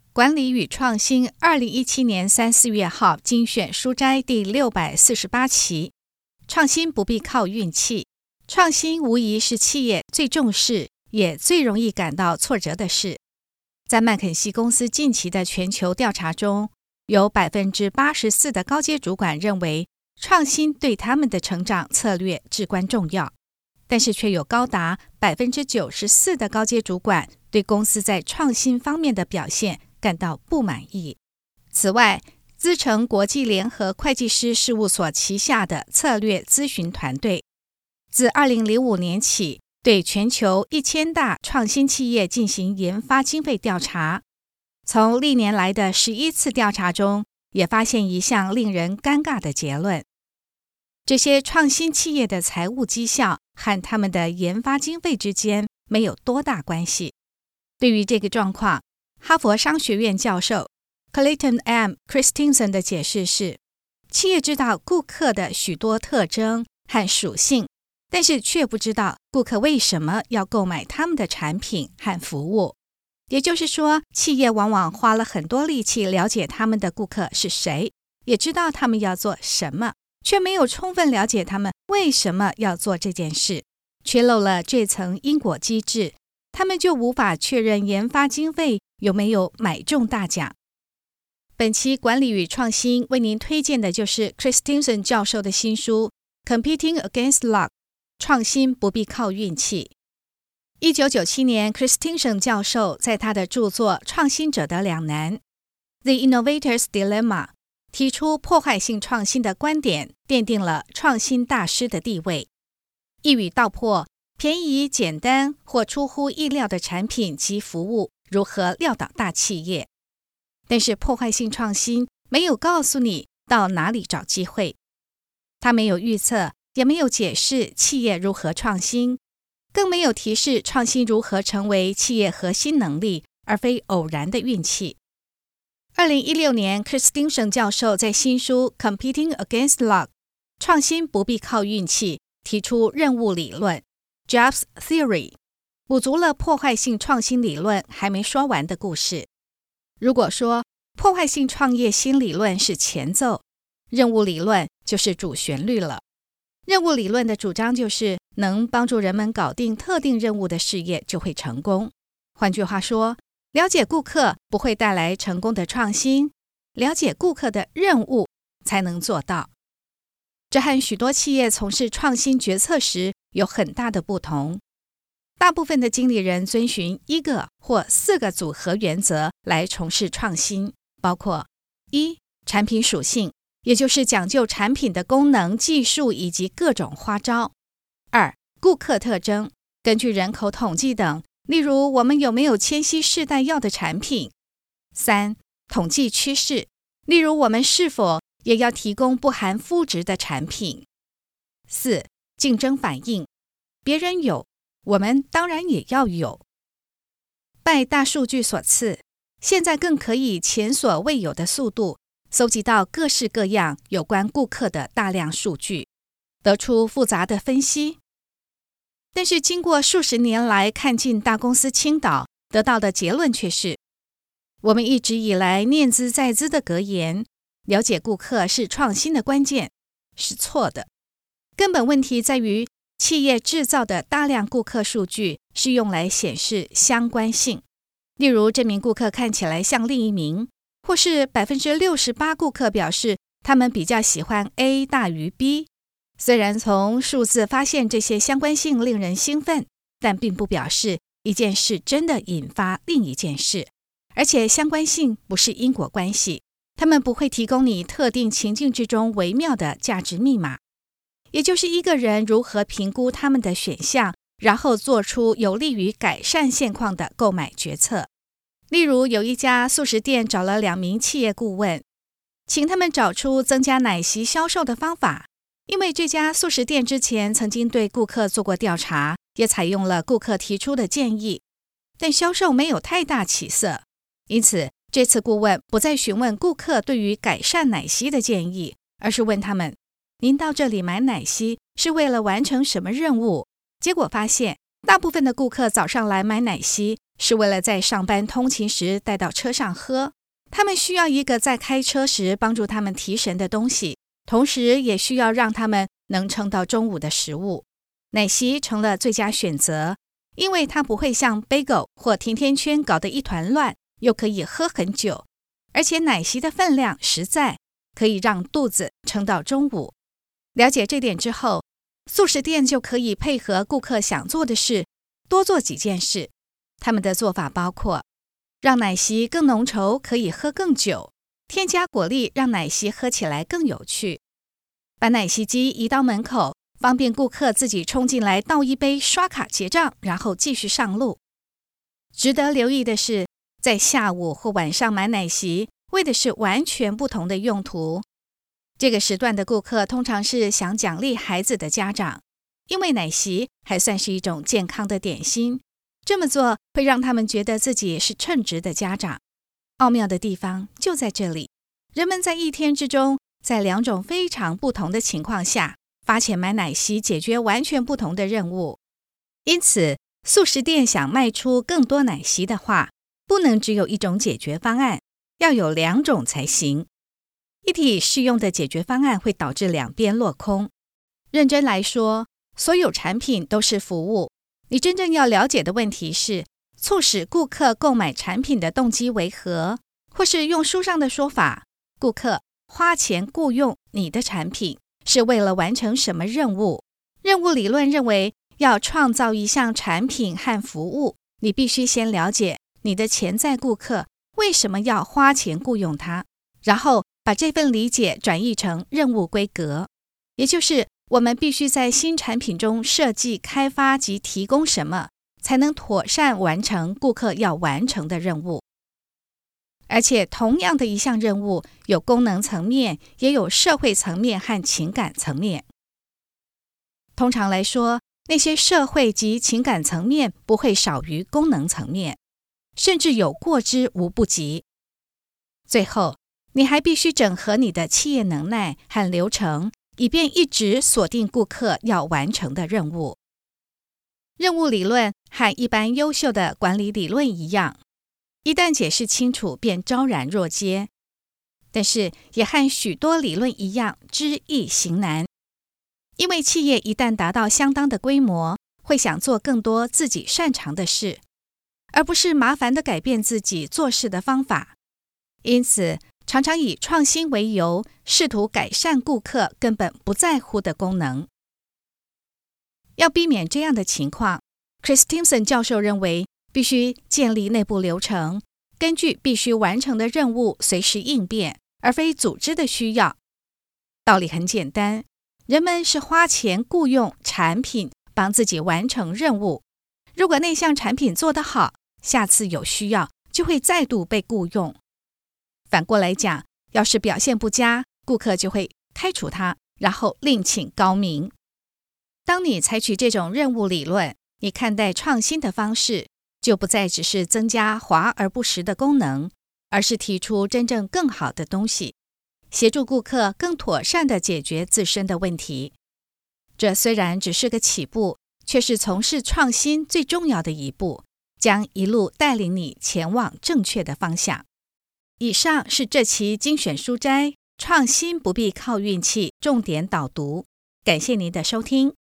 管理与创新2017年3、4月号精选书斋第648期。创新不必靠运气，创新无疑是企业最重视也最容易感到挫折的事。在麦肯锡公司近期的全球调查中，有 84% 的高阶主管认为创新对他们的成长策略至关重要，但是却有高达 94% 的高阶主管对公司在创新方面的表现感到不满意。此外，资诚国际联合会计师事务所旗下的策略咨询团队，自2005年起对全球1000大创新企业进行研发经费调查。从历年来的11次调查中，也发现一项令人尴尬的结论：这些创新企业的财务绩效和他们的研发经费之间没有多大关系。对于这个状况，哈佛商学院教授 Clayton M. Christensen 的解释是，企业知道顾客的许多特征和属性，但是却不知道顾客为什么要购买他们的产品和服务。也就是说，企业往往花了很多力气了解他们的顾客是谁，也知道他们要做什么，却没有充分了解他们为什么要做这件事，缺漏了这层因果机制，他们就无法确认研发经费有没有买中大奖。本期管理与创新为您推荐的就是 Christensen 教授的新书 Competing Against Luck， 创新不必靠运气。1997年 Christensen 教授在他的著作《创新者的两难》The Innovator's Dilemma 提出破坏性创新的观点，奠定了创新大师的地位。一语道破便宜、简单或出乎意料的产品及服务如何撂倒大企业。但是破坏性创新没有告诉你到哪里找机会，它没有预测，也没有解释企业如何创新，更没有提示创新如何成为企业核心能力，而非偶然的运气。2016年 Christensen 教授在新书 Competing Against Luck， 创新不必靠运气提出任务理论 Jobs Theory， 补足了破坏性创新理论还没说完的故事。如果说破坏性创业新理论是前奏，任务理论就是主旋律了。任务理论的主张就是能帮助人们搞定特定任务的事业就会成功。换句话说，了解顾客不会带来成功的创新，了解顾客的任务才能做到。这和许多企业从事创新决策时有很大的不同。大部分的经理人遵循1个或4个组合原则来从事创新，包括1、产品属性，也就是讲究产品的功能、技术以及各种花招； 2、顾客特征，根据人口统计等，例如我们有没有千禧世代要的产品； 3、统计趋势，例如我们是否也要提供不含麸质的产品； 4、竞争反应，别人有，我们当然也要有。拜大数据所赐，现在更可以前所未有的速度搜集到各式各样有关顾客的大量数据，得出复杂的分析。但是经过数十年来看尽大公司倾倒，得到的结论却是，我们一直以来念兹在兹的格言，了解顾客是创新的关键，是错的。根本问题在于，企业制造的大量顾客数据是用来显示相关性，例如这名顾客看起来像另一名，或是 68% 顾客表示他们比较喜欢 A 大于 B。 虽然从数字发现这些相关性令人兴奋，但并不表示一件事真的引发另一件事，而且相关性不是因果关系，他们不会提供你特定情境之中微妙的价值密码。也就是一个人如何评估他们的选项，然后做出有利于改善现况的购买决策。例如，有一家素食店找了2名企业顾问，请他们找出增加奶昔销售的方法。因为这家素食店之前曾经对顾客做过调查，也采用了顾客提出的建议，但销售没有太大起色。因此，这次顾问不再询问顾客对于改善奶昔的建议，而是问他们，您到这里买奶昔是为了完成什么任务？结果发现，大部分的顾客早上来买奶昔是为了在上班通勤时带到车上喝，他们需要一个在开车时帮助他们提神的东西，同时也需要让他们能撑到中午的食物。奶昔成了最佳选择，因为它不会像 bagel 或甜甜圈搞得一团乱，又可以喝很久，而且奶昔的分量实在，可以让肚子撑到中午。了解这点之后，速食店就可以配合顾客想做的事，多做几件事。他们的做法包括让奶昔更浓稠，可以喝更久；添加果粒，让奶昔喝起来更有趣；把奶昔机移到门口，方便顾客自己冲进来倒一杯，刷卡结账，然后继续上路。值得留意的是，在下午或晚上买奶昔，为的是完全不同的用途。这个时段的顾客通常是想奖励孩子的家长，因为奶昔还算是一种健康的点心，这么做会让他们觉得自己是称职的家长。奥妙的地方就在这里，人们在一天之中，在两种非常不同的情况下，花钱买奶昔解决完全不同的任务。因此，速食店想卖出更多奶昔的话，不能只有一种解决方案，要有两种才行。一体适用的解决方案会导致两边落空。认真来说，所有产品都是服务。你真正要了解的问题是，促使顾客购买产品的动机为何？或是用书上的说法，顾客花钱雇用你的产品，是为了完成什么任务？任务理论认为，要创造一项产品和服务，你必须先了解你的潜在顾客为什么要花钱雇用他，然后把这份理解转译成任务规格，也就是我们必须在新产品中设计、开发及提供什么，才能妥善完成顾客要完成的任务。而且同样的一项任务，有功能层面，也有社会层面和情感层面。通常来说，那些社会及情感层面不会少于功能层面，甚至有过之无不及。最后，你还必须整合你的企业能耐和流程，以便一直锁定顾客要完成的任务。任务理论和一般优秀的管理理论一样，一旦解释清楚，便昭然若揭。但是也和许多理论一样，知易行难。因为企业一旦达到相当的规模，会想做更多自己擅长的事，而不是麻烦地改变自己做事的方法。因此，常常以创新为由，试图改善顾客根本不在乎的功能。要避免这样的情况， Chris Timson 教授认为，必须建立内部流程，根据必须完成的任务随时应变，而非组织的需要。道理很简单，人们是花钱雇用产品帮自己完成任务。如果那项产品做得好，下次有需要就会再度被雇用。反过来讲，要是表现不佳，顾客就会开除他，然后另请高明。当你采取这种任务理论，你看待创新的方式就不再只是增加华而不实的功能，而是提出真正更好的东西，协助顾客更妥善地解决自身的问题。这虽然只是个起步，却是从事创新最重要的一步，将一路带领你前往正确的方向。以上是这期精选书斋创新不必靠运气重点导读，感谢您的收听。